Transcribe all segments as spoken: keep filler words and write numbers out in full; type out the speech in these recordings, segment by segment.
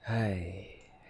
Hai,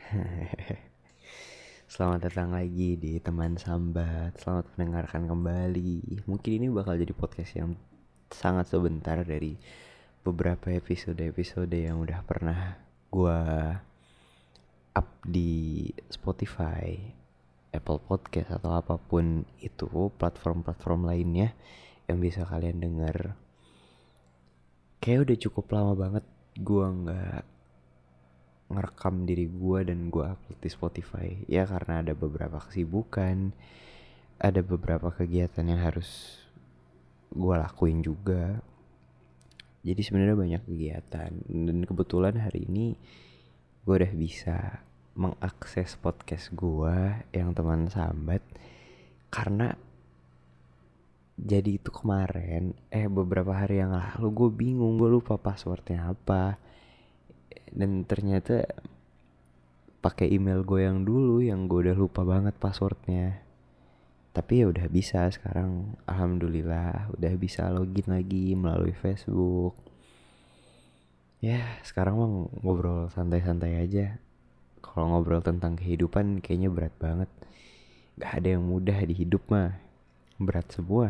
selamat datang lagi di teman sambat. Selamat mendengarkan kembali. Mungkin ini bakal jadi podcast yang sangat sebentar dari beberapa episode-episode yang udah pernah gua up di Spotify, Apple Podcast atau apapun itu platform-platform lainnya yang bisa kalian dengar. Kayak udah cukup lama banget gua nggak ngerekam diri gue dan gue upload di Spotify. Ya karena ada beberapa kesibukan, ada beberapa kegiatan yang harus gue lakuin juga. Jadi sebenarnya banyak kegiatan dan kebetulan hari ini gue udah bisa mengakses podcast gue yang teman sambat. Karena jadi itu kemarin eh beberapa hari yang lalu gue bingung, gue lupa passwordnya apa. Dan ternyata pakai email gue yang dulu yang gue udah lupa banget passwordnya. Tapi ya udah bisa sekarang, alhamdulillah udah bisa login lagi melalui Facebook. Ya sekarang mah ngobrol santai-santai aja. Kalau ngobrol tentang kehidupan kayaknya berat banget. Gak ada yang mudah di hidup mah, berat semua.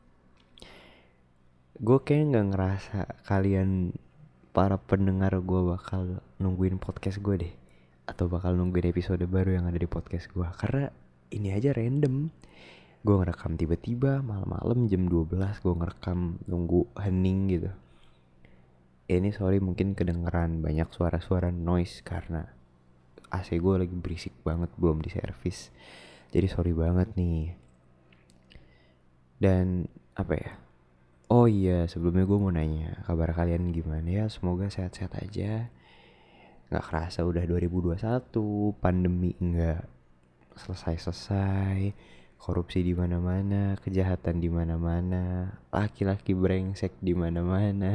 Gue kayak gak ngerasa kalian para pendengar gue bakal nungguin podcast gue deh, atau bakal nungguin episode baru yang ada di podcast gue. Karena ini aja random. Gue ngerekam tiba-tiba malam-malam jam dua belas gue ngerekam nunggu hening gitu. Ini sorry mungkin kedengeran banyak suara-suara noise karena A C gue lagi berisik banget, belum diservis. Jadi sorry banget nih. Dan apa ya? Oh iya, sebelumnya gue mau nanya kabar kalian gimana ya? Semoga sehat-sehat aja. Gak kerasa udah dua ribu dua puluh satu, pandemi enggak selesai-selesai, korupsi di mana-mana, kejahatan di mana-mana, laki-laki brengsek di mana-mana.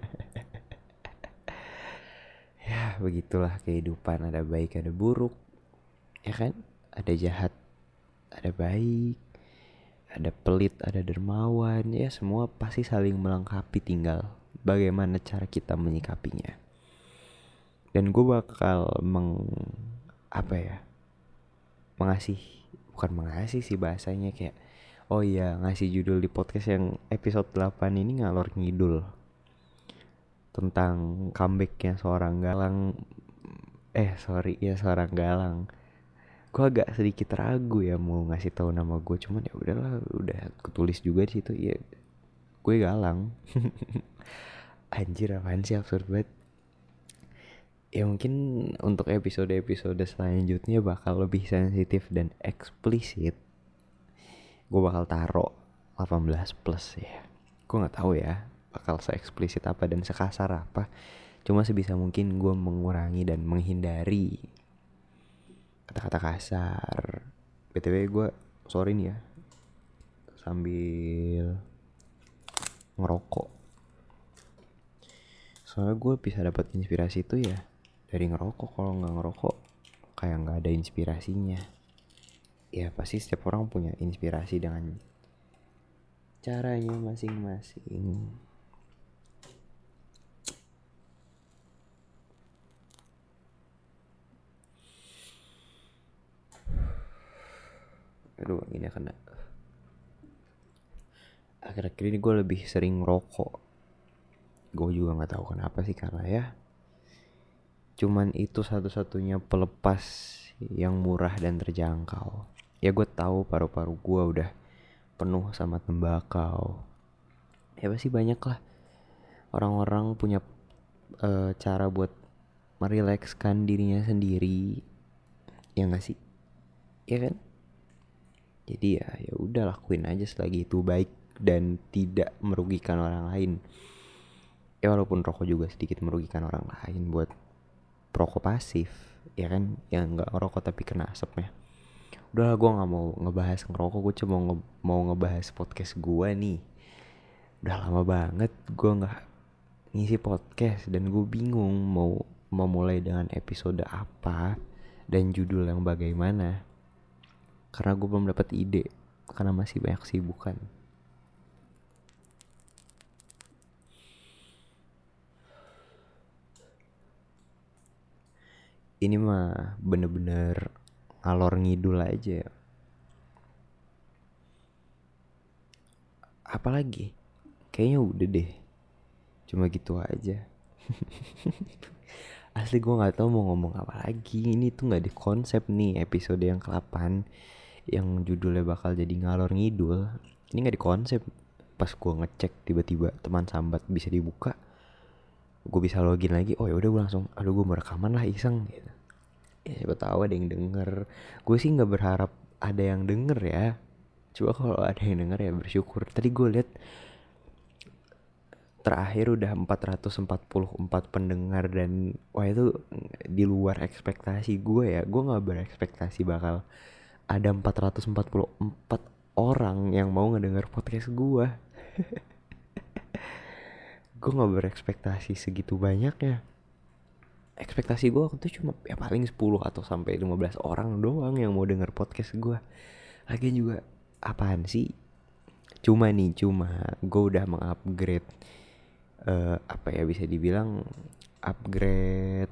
Ya, begitulah kehidupan, ada baik ada buruk. Ya kan? Ada jahat, ada baik, ada pelit, ada dermawan. Ya, semua pasti saling melengkapi, tinggal bagaimana cara kita menyikapinya. Dan gue bakal meng apa ya? mengasih bukan mengasih sih bahasanya, kayak oh iya ngasih judul di podcast yang episode delapan ini ngalor ngidul tentang comebacknya seorang Galang. Eh sorry ya seorang Galang. Gue agak sedikit ragu ya mau ngasih tahu nama gue, cuman ya udahlah, udah ketulis juga di situ ya, gue Galang. Anjir apaan sih, absurd banget. Ya mungkin untuk episode-episode selanjutnya bakal lebih sensitif dan eksplisit. Gue bakal taruh delapan belas plus ya. Gue nggak tahu ya bakal se-eksplisit apa dan sekasar apa. Cuma sebisa mungkin gue mengurangi dan menghindari kata-kata kasar. B T W gue sorry nih ya, sambil ngerokok. Soalnya gue bisa dapat inspirasi itu ya dari ngerokok. Kalau nggak ngerokok kayak nggak ada inspirasinya. Ya pasti setiap orang punya inspirasi dengan caranya masing-masing. Aduh ini kena. Akhir-akhir ini gue lebih sering ngerokok. Gue juga nggak tahu kenapa sih, karena ya cuman itu satu-satunya pelepas yang murah dan terjangkau. Ya gue tahu paru-paru gue udah penuh sama tembakau. Ya pasti banyak lah orang-orang punya uh, cara buat merilekskan dirinya sendiri, ya nggak sih? Ya kan? Jadi ya ya udah lakuin aja selagi itu baik dan tidak merugikan orang lain. Ya walaupun rokok juga sedikit merugikan orang lain buat perokok pasif, ya kan, yang nggak ngerokok tapi kena asapnya. Udah gue nggak mau ngebahas ngerokok, gue cuma nge- mau ngebahas podcast gue nih. Udah lama banget gue nggak ngisi podcast dan gue bingung mau memulai dengan episode apa dan judul yang bagaimana, karena gue belum dapat ide karena masih banyak kesibukan. ini mah bener-bener ngalor ngidul aja. Apalagi kayaknya udah deh, cuma gitu aja. Asli gue nggak tahu mau ngomong apa lagi. Ini tuh nggak di konsep nih episode yang ke delapan yang judulnya bakal jadi ngalor ngidul. Ini nggak di konsep. Pas gue ngecek tiba-tiba teman sambat bisa dibuka, gue bisa login lagi. Oh ya udah gue langsung, aduh gue merekaman lah iseng gitu. Ya siapa tahu ada yang denger. Gue sih nggak berharap ada yang denger ya. Coba kalau ada yang denger ya bersyukur. Tadi gue lihat terakhir udah empat ratus empat puluh empat pendengar dan wah itu di luar ekspektasi gue ya. Gue gak berekspektasi bakal ada empat ratus empat puluh empat orang yang mau ngedenger podcast gue. Gue gak berekspektasi segitu banyaknya. Ekspektasi gue waktu itu cuma ya paling sepuluh atau sampai lima belas orang doang yang mau denger podcast gue. Lagian juga apaan sih? Cuma nih, cuma gue udah mengupgrade uh, apa ya bisa dibilang upgrade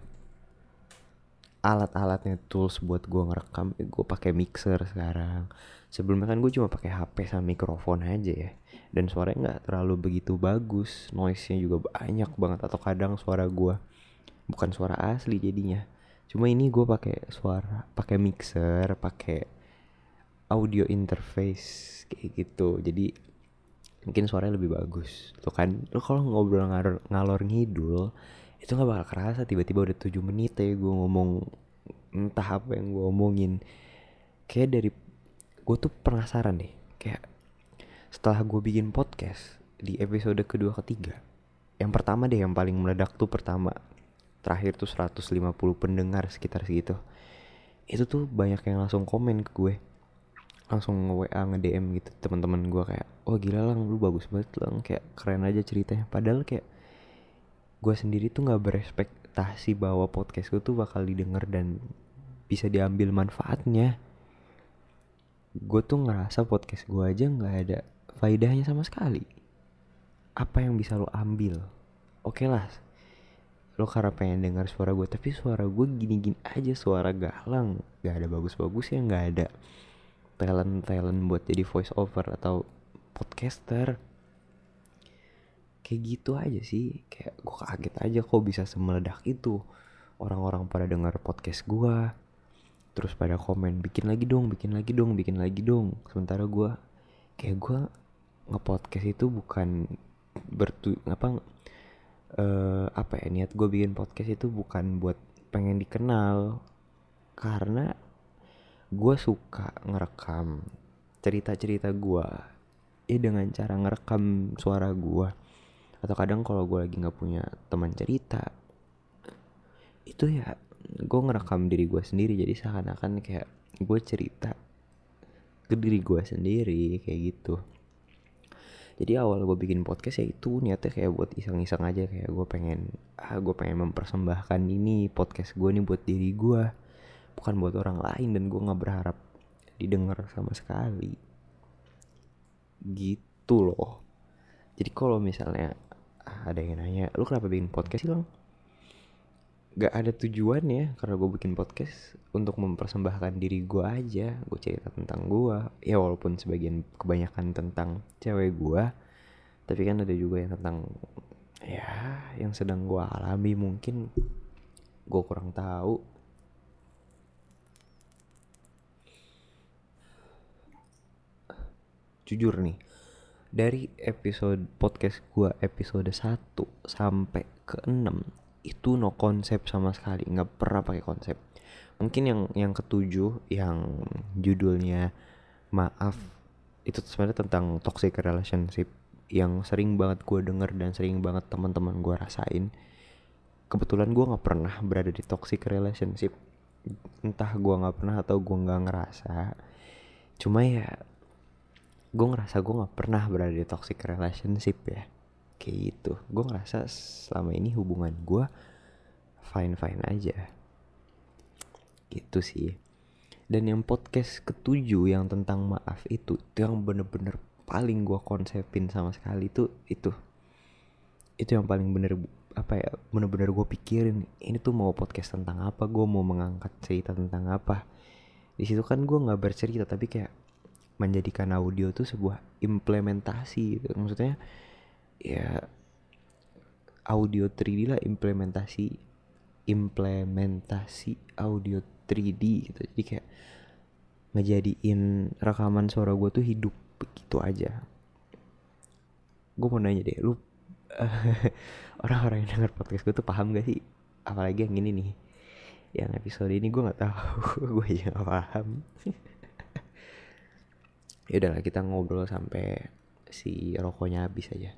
alat-alatnya, tools buat gue ngerekam. Gue pakai mixer sekarang. Sebelumnya kan gue cuma pakai H P sama mikrofon aja ya, dan suaranya nggak terlalu begitu bagus, noise-nya juga banyak banget, atau kadang suara gue bukan suara asli jadinya. Cuma ini gue pakai suara, pakai mixer, pakai audio interface kayak gitu, jadi mungkin suaranya lebih bagus. Tuh kan, lo kalau ngobrol ngalor, ngalor ngidul itu nggak bakal kerasa tiba-tiba udah tujuh menit ya gue ngomong entah apa yang gue omongin. Kayak dari gue tuh penasaran deh, kayak setelah gue bikin podcast di episode kedua ketiga, yang pertama deh yang paling meledak tuh pertama, terakhir tuh seratus lima puluh pendengar sekitar segitu. Itu tuh banyak yang langsung komen ke gue, langsung nge-W A nge-D M gitu teman-teman gue kayak, "Oh gila Lang, lu bagus banget Lang, kayak keren aja ceritanya." Padahal kayak gue sendiri tuh nggak berekspektasi bahwa podcast gue tuh bakal didengar dan bisa diambil manfaatnya. Gue tuh ngerasa podcast gue aja nggak ada faedahnya sama sekali. Apa yang bisa lo ambil? Oke lah, lo karena pengen dengar suara gue, tapi suara gue gini-gini aja, suara galang, nggak ada bagus-bagusnya, nggak ada talent-talent buat jadi voice over atau podcaster. Kayak gitu aja sih. Kayak gue kaget aja kok bisa semeledak itu. Orang-orang pada denger podcast gue, terus pada komen, bikin lagi dong, bikin lagi dong, bikin lagi dong. Sementara gue, kayak gue nge-podcast itu bukan bertu apa uh, apa ya niat gue bikin podcast itu bukan buat pengen dikenal, karena gue suka ngerekam cerita-cerita gue ya dengan cara ngerekam suara gue. Atau kadang kalau gue lagi nggak punya teman cerita, itu ya gue ngerekam diri gue sendiri, jadi seakan-akan kayak gue cerita ke diri gue sendiri kayak gitu. Jadi awal gue bikin podcast ya itu niatnya kayak buat iseng-iseng aja, kayak gue pengen ah gue pengen mempersembahkan ini podcast gue nih buat diri gue, bukan buat orang lain, dan gue nggak berharap didengar sama sekali gitu loh. Jadi kalau misalnya ada yang nanya, lu kenapa bikin podcast sih Lang? Gak ada tujuan ya, karena gue bikin podcast untuk mempersembahkan diri gue aja. Gue cerita tentang gue, ya walaupun sebagian kebanyakan tentang cewek gue, tapi kan ada juga yang tentang ya yang sedang gue alami, mungkin gue kurang tahu. Jujur nih, dari episode podcast gue episode satu sampai ke enam itu no konsep sama sekali, nggak pernah pakai konsep. Mungkin yang yang ketujuh yang judulnya maaf itu sebenarnya tentang toxic relationship yang sering banget gue denger dan sering banget teman-teman gue rasain. Kebetulan gue nggak pernah berada di toxic relationship, entah gue nggak pernah atau gue nggak ngerasa. Cuma ya gue ngerasa gue gak pernah berada di toxic relationship ya, kayak gitu. Gue ngerasa selama ini hubungan gue fine-fine aja gitu sih. Dan yang podcast ketujuh yang tentang maaf itu, itu yang bener-bener paling gue konsepin sama sekali tuh itu itu yang paling bener apa ya, bener-bener gue pikirin ini tuh mau podcast tentang apa, gue mau mengangkat cerita tentang apa. Di situ kan gue nggak bercerita tapi kayak menjadikan audio tuh sebuah implementasi gitu. Maksudnya ya audio tiga D lah, implementasi implementasi audio tiga D gitu. Jadi kayak ngejadiin rekaman suara gue tuh hidup begitu aja. Gue mau nanya deh, lu orang-orang yang denger podcast gue tuh paham gak sih? Apalagi yang ini nih, yang episode ini gue nggak tahu. Gue aja nggak paham. Ya udahlah, kita ngobrol sampai si rokoknya habis aja.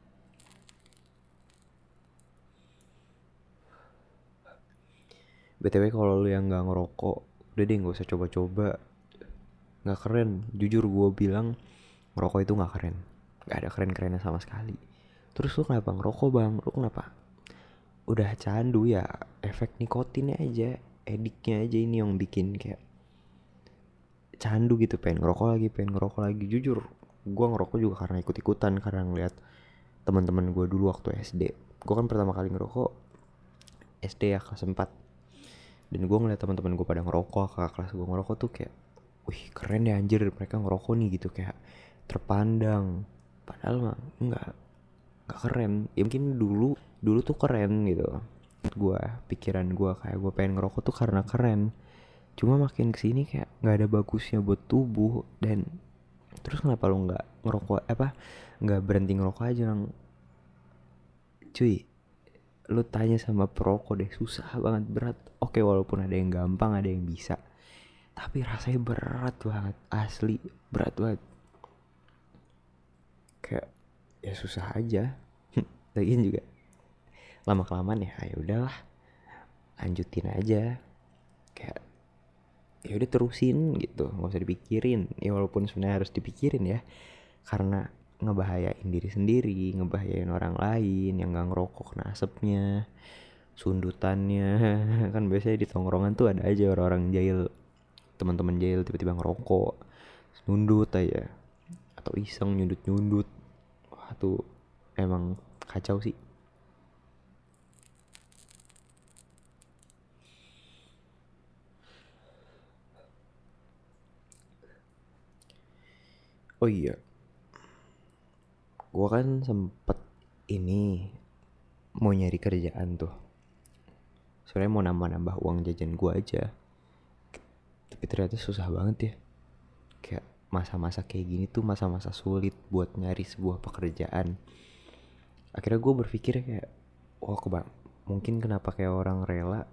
B T W kalau lu yang nggak ngerokok, udah deh nggak usah coba-coba. Nggak keren, jujur gue bilang ngerokok itu nggak keren, nggak ada keren-kerennya sama sekali. Terus lu kenapa ngerokok bang? Lu kenapa? Udah candu ya, efek nikotinnya aja, ediknya aja ini yang bikin kayak candu gitu, pengen ngerokok lagi, pengen ngerokok lagi. Jujur, gue ngerokok juga karena ikut-ikutan, karena ngeliat teman-teman gue dulu waktu S D. Gue kan pertama kali ngerokok S D ya, kelas empat. Dan gue ngeliat teman-teman gue pada ngerokok, kakak kelas gue ngerokok tuh kayak, wih keren ya anjir, mereka ngerokok nih gitu, kayak terpandang. Padahal mah enggak, enggak keren. Ya mungkin dulu dulu tuh keren gitu. Gue pikiran gue kayak gue pengen ngerokok tuh karena keren. Cuma makin kesini kayak nggak ada bagusnya buat tubuh. Dan terus kenapa lo nggak ngerokok, apa nggak berhenti ngerokok aja lang? Cuy, lu tanya sama perokok deh, susah banget, berat. Oke, walaupun ada yang gampang, ada yang bisa, tapi rasanya berat banget, asli berat banget. Kayak ya susah aja. Lagian juga lama kelamaan ya, ya udahlah, lanjutin aja. Kayak ya udah terusin gitu, nggak usah dipikirin. Ya walaupun sebenarnya harus dipikirin ya, karena ngebahayain diri sendiri, ngebahayain orang lain yang nggak ngerokok, kena asapnya, sundutannya. Kan biasanya di tongkrongan tuh ada aja orang-orang jahil, teman-teman jahil tiba-tiba ngerokok, nundut aja, atau iseng nyundut-nyundut. Wah tuh emang kacau sih. Oh iya, gue kan sempet ini mau nyari kerjaan tuh. Sebenarnya mau nambah-nambah uang jajan gue aja, tapi ternyata susah banget ya. Kayak masa-masa kayak gini tuh masa-masa sulit buat nyari sebuah pekerjaan. Akhirnya gue berpikir kayak, wah kebang, mungkin kenapa kayak orang rela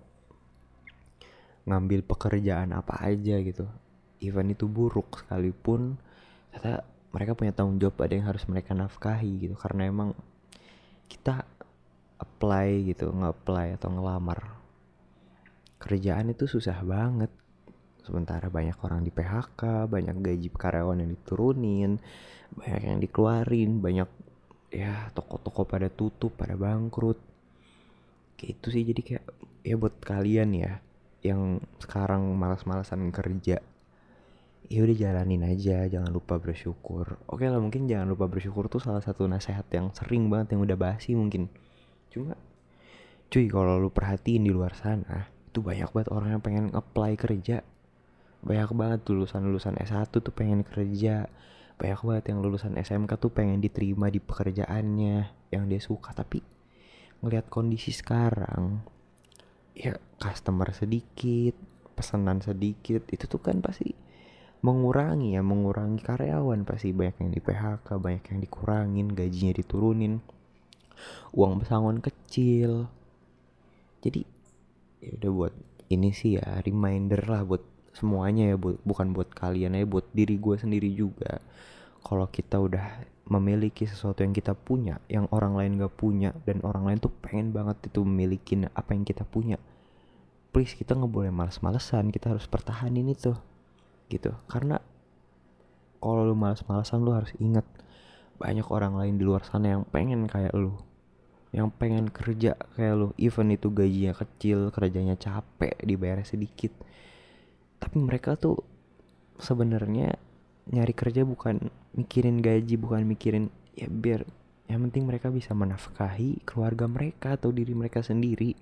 ngambil pekerjaan apa aja gitu, even itu buruk sekalipun, ternyata mereka punya tanggung jawab, ada yang harus mereka nafkahi gitu. Karena emang kita apply gitu, nge-apply atau ngelamar kerjaan itu susah banget. Sementara banyak orang di P H K, banyak gaji karyawan yang diturunin, banyak yang dikeluarin, banyak ya toko-toko pada tutup, pada bangkrut. Kayak itu sih. Jadi kayak ya buat kalian ya yang sekarang malas-malasan kerja, ya udah jalanin aja, jangan lupa bersyukur. Oke lah, mungkin jangan lupa bersyukur tuh salah satu nasihat yang sering banget, yang udah basi mungkin. Cuma cuy, kalau lu perhatiin di luar sana, itu banyak banget orang yang pengen apply kerja. Banyak banget lulusan-lulusan S satu tuh pengen kerja. Banyak banget yang lulusan S M K tuh pengen diterima di pekerjaannya yang dia suka. Tapi ngelihat kondisi sekarang, ya customer sedikit, pesanan sedikit, itu tuh kan pasti mengurangi ya, mengurangi karyawan. Pasti banyak yang di P H K, banyak yang dikurangin, gajinya diturunin, uang pesangon kecil. Jadi ya udah, buat ini sih ya reminder lah buat semuanya ya, buat, bukan buat kalian ya, buat diri gue sendiri juga. Kalau kita udah memiliki sesuatu yang kita punya, yang orang lain gak punya, dan orang lain tuh pengen banget itu memiliki apa yang kita punya, please kita gak boleh males-malesan, kita harus pertahanin itu gitu. Karena kalau lu males-malesan, lu harus ingat banyak orang lain di luar sana yang pengen kayak lu, yang pengen kerja kayak lu, even itu gajinya kecil, kerjanya capek, dibayar sedikit, tapi mereka tuh sebenarnya nyari kerja bukan mikirin gaji, bukan mikirin ya biar Yang penting mereka bisa menafkahi keluarga mereka atau diri mereka sendiri.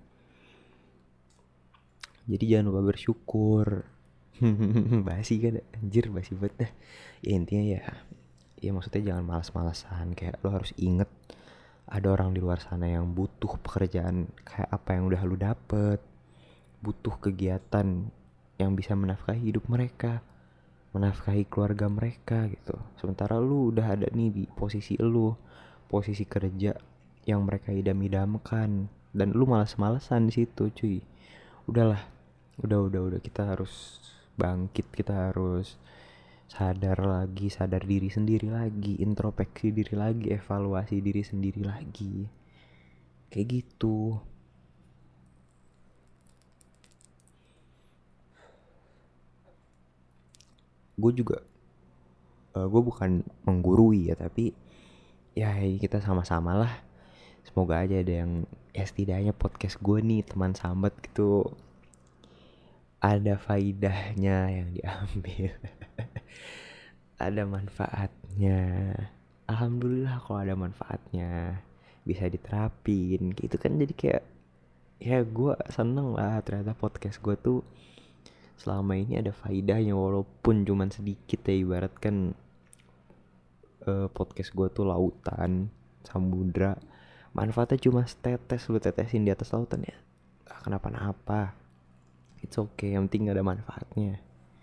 Jadi jangan lupa bersyukur. Basi kan, anjir basi banget dah. Ya intinya ya, ya maksudnya jangan malas-malasan. Kayak lo harus inget ada orang di luar sana yang butuh pekerjaan kayak apa yang udah lu dapet, butuh kegiatan yang bisa menafkahi hidup mereka, menafkahi keluarga mereka gitu. Sementara lu udah ada nih di posisi lu, posisi kerja yang mereka idam-idamkan, dan lu malas-malasan di situ, cuy. Udahlah, udah udah udah kita harus bangkit, kita harus sadar lagi, sadar diri sendiri lagi, introspeksi diri lagi, evaluasi diri sendiri lagi. Kayak gitu. Gue juga uh, gue bukan menggurui ya, tapi ya kita sama-sama lah. Semoga aja ada yang, ya setidaknya podcast gue nih teman sambat gitu, ada faidahnya yang diambil. Ada manfaatnya. Alhamdulillah kalau ada manfaatnya, bisa diterapin gitu kan. Jadi kayak ya gue seneng lah ternyata podcast gue tuh selama ini ada faidahnya, walaupun cuman sedikit ya. Ibaratkan uh, podcast gue tuh lautan, samudra, manfaatnya cuma setetes, lu tetesin di atas lautan ya gak kenapa-napa. It's okay, yang penting ada manfaatnya.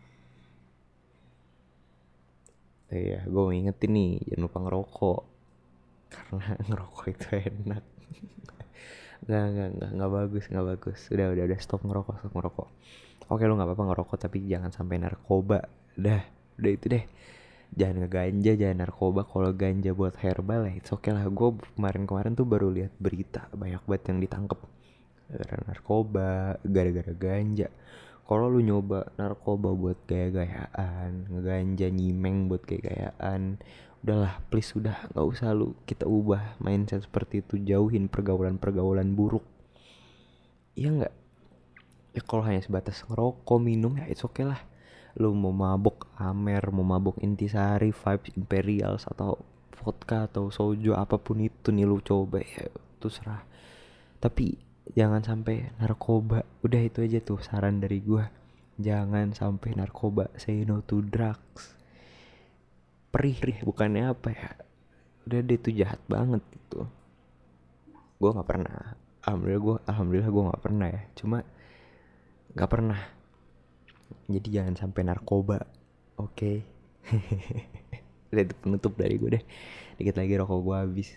Oh iya, gue mau ingetin nih, jangan lupa ngerokok. Karena ngerokok itu enak. Nggak, nggak, nggak, nggak bagus, nggak bagus. Udah, udah, udah, stop ngerokok, stop ngerokok. Oke, lu nggak apa-apa ngerokok, tapi jangan sampai narkoba. Udah, udah itu deh. Jangan ngeganja, jangan narkoba. Kalau ganja buat herbal ya, it's okay lah. Gue kemarin-kemarin tuh baru lihat berita banyak banget yang ditangkep gara-gara narkoba, gara-gara ganja. Kalau lu nyoba narkoba buat gaya-gayaan, ngeganja nyimeng buat gaya-gayaan, udahlah please, udah nggak usah lu, kita ubah mindset seperti itu, jauhin pergaulan-pergaulan buruk. Iya nggak? Ya kalau hanya sebatas ngerokok, minum ya it's okay lah. Lu mau mabok Amer, mau mabok Intisari, Vibes, Imperials, atau vodka atau soju, apapun itu nih lu coba ya, itu serah. Tapi jangan sampai narkoba. Udah itu aja tuh saran dari gua. Jangan sampai narkoba. Say no to drugs. Perih, bukannya apa ya, udah deh itu jahat banget gitu. Gua nggak pernah. Alhamdulillah gua, alhamdulillah gua nggak pernah ya. Cuma nggak pernah. Jadi jangan sampai narkoba. Oke. Okay. Udah itu penutup dari gue deh. Dikit lagi rokok gue habis.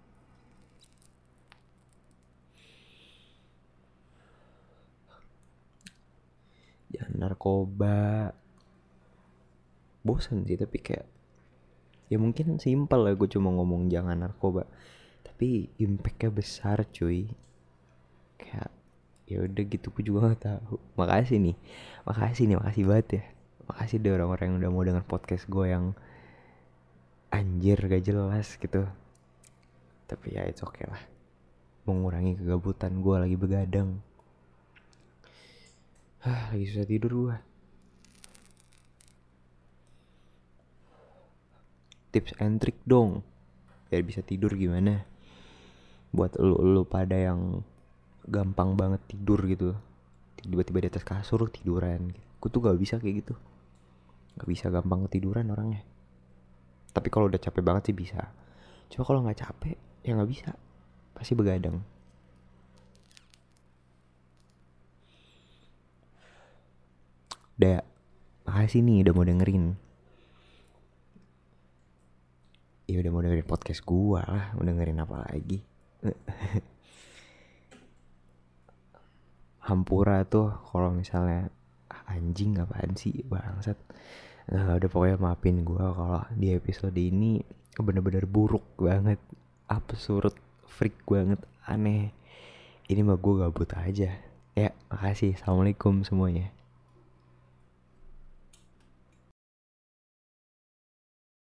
Jangan narkoba. Bosan sih, tapi kayak ya mungkin simpel lah gue cuma ngomong jangan narkoba, tapi impactnya besar cuy. Kayak ya udah gitu, gue juga nggak tahu. Makasih nih, makasih nih, makasih banget ya. Makasih deh orang-orang yang udah mau denger podcast gue yang anjir gak jelas gitu. Tapi ya it's okay lah, mengurangi kegabutan. Gue lagi begadang. Hah, lagi susah tidur gue. Tips and trick dong biar bisa tidur gimana. Buat elu-elu pada yang gampang banget tidur gitu, tiba-tiba di atas kasur tiduran gitu. Gue tuh gak bisa kayak gitu. Gak bisa gampang ketiduran orangnya. Tapi kalau udah capek banget sih bisa. Cuma kalau gak capek ya gak bisa. Pasti begadang. Udah, makasih nih udah mau dengerin. Ya udah mau dengerin podcast gua lah, mau dengerin apa lagi. Hampura tuh kalau misalnya anjing apaan sih bangsat. Nah, udah pokoknya maafin gua kalau di episode ini bener-bener buruk banget, absurd, freak banget, aneh. Ini mah gua gabut aja. Ya, makasih. Assalamualaikum semuanya.